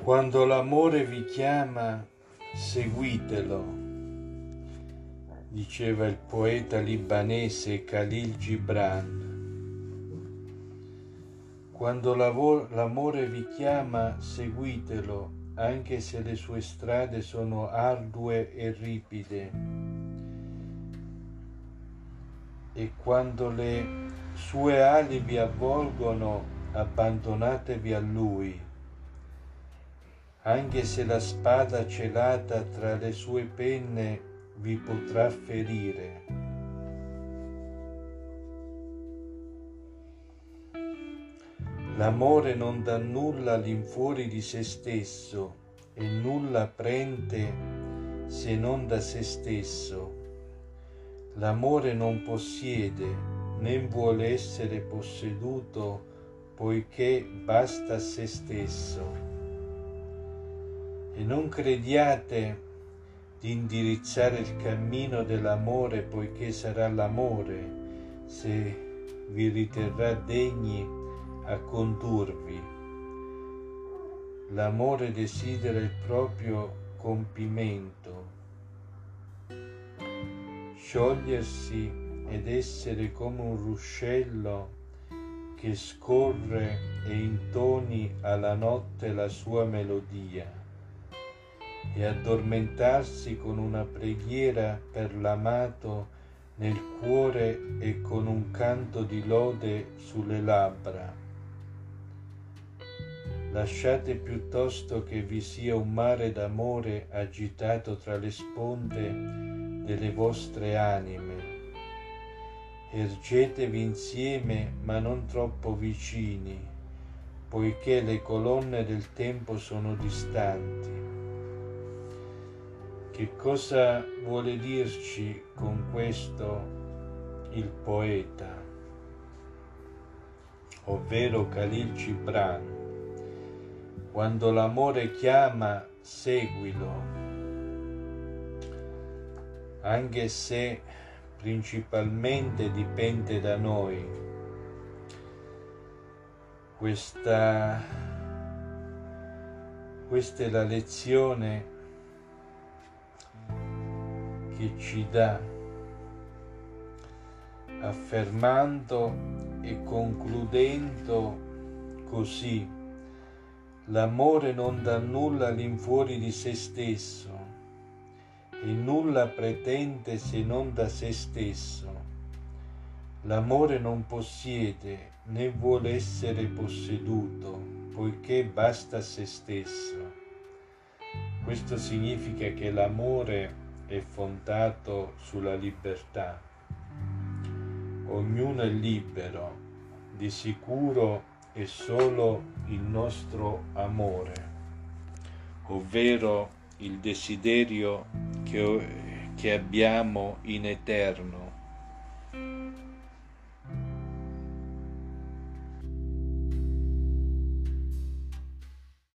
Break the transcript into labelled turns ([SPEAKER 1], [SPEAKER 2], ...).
[SPEAKER 1] Quando l'amore vi chiama, seguitelo, diceva il poeta libanese Khalil Gibran. Quando l'amore vi chiama, seguitelo, anche se le sue strade sono ardue e ripide. E quando le sue ali vi avvolgono, abbandonatevi a lui, anche se la spada celata tra le sue penne vi potrà ferire. L'amore non dà nulla all'infuori di se stesso e nulla prende se non da se stesso. L'amore non possiede né vuole essere posseduto, poiché basta a se stesso. E non crediate di indirizzare il cammino dell'amore, poiché sarà l'amore, se vi riterrà degni, a condurvi. L'amore desidera il proprio compimento, sciogliersi ed essere come un ruscello che scorre e intoni alla notte la sua melodia, e addormentarsi con una preghiera per l'amato nel cuore e con un canto di lode sulle labbra. Lasciate piuttosto che vi sia un mare d'amore agitato tra le sponde delle vostre anime. Ergetevi insieme, ma non troppo vicini, poiché le colonne del tempo sono distanti. Che cosa vuole dirci con questo il poeta, ovvero Khalil Gibran? Quando l'amore chiama, seguilo, anche se principalmente dipende da noi. Questa è la lezione che ci dà, affermando e concludendo così: l'amore non dà nulla all'infuori di se stesso e nulla pretende se non da se stesso. L'amore non possiede né vuole essere posseduto, poiché basta a se stesso. Questo significa che l'amore è fondato sulla libertà. Ognuno è libero, di sicuro è solo il nostro amore, ovvero il desiderio che abbiamo in eterno.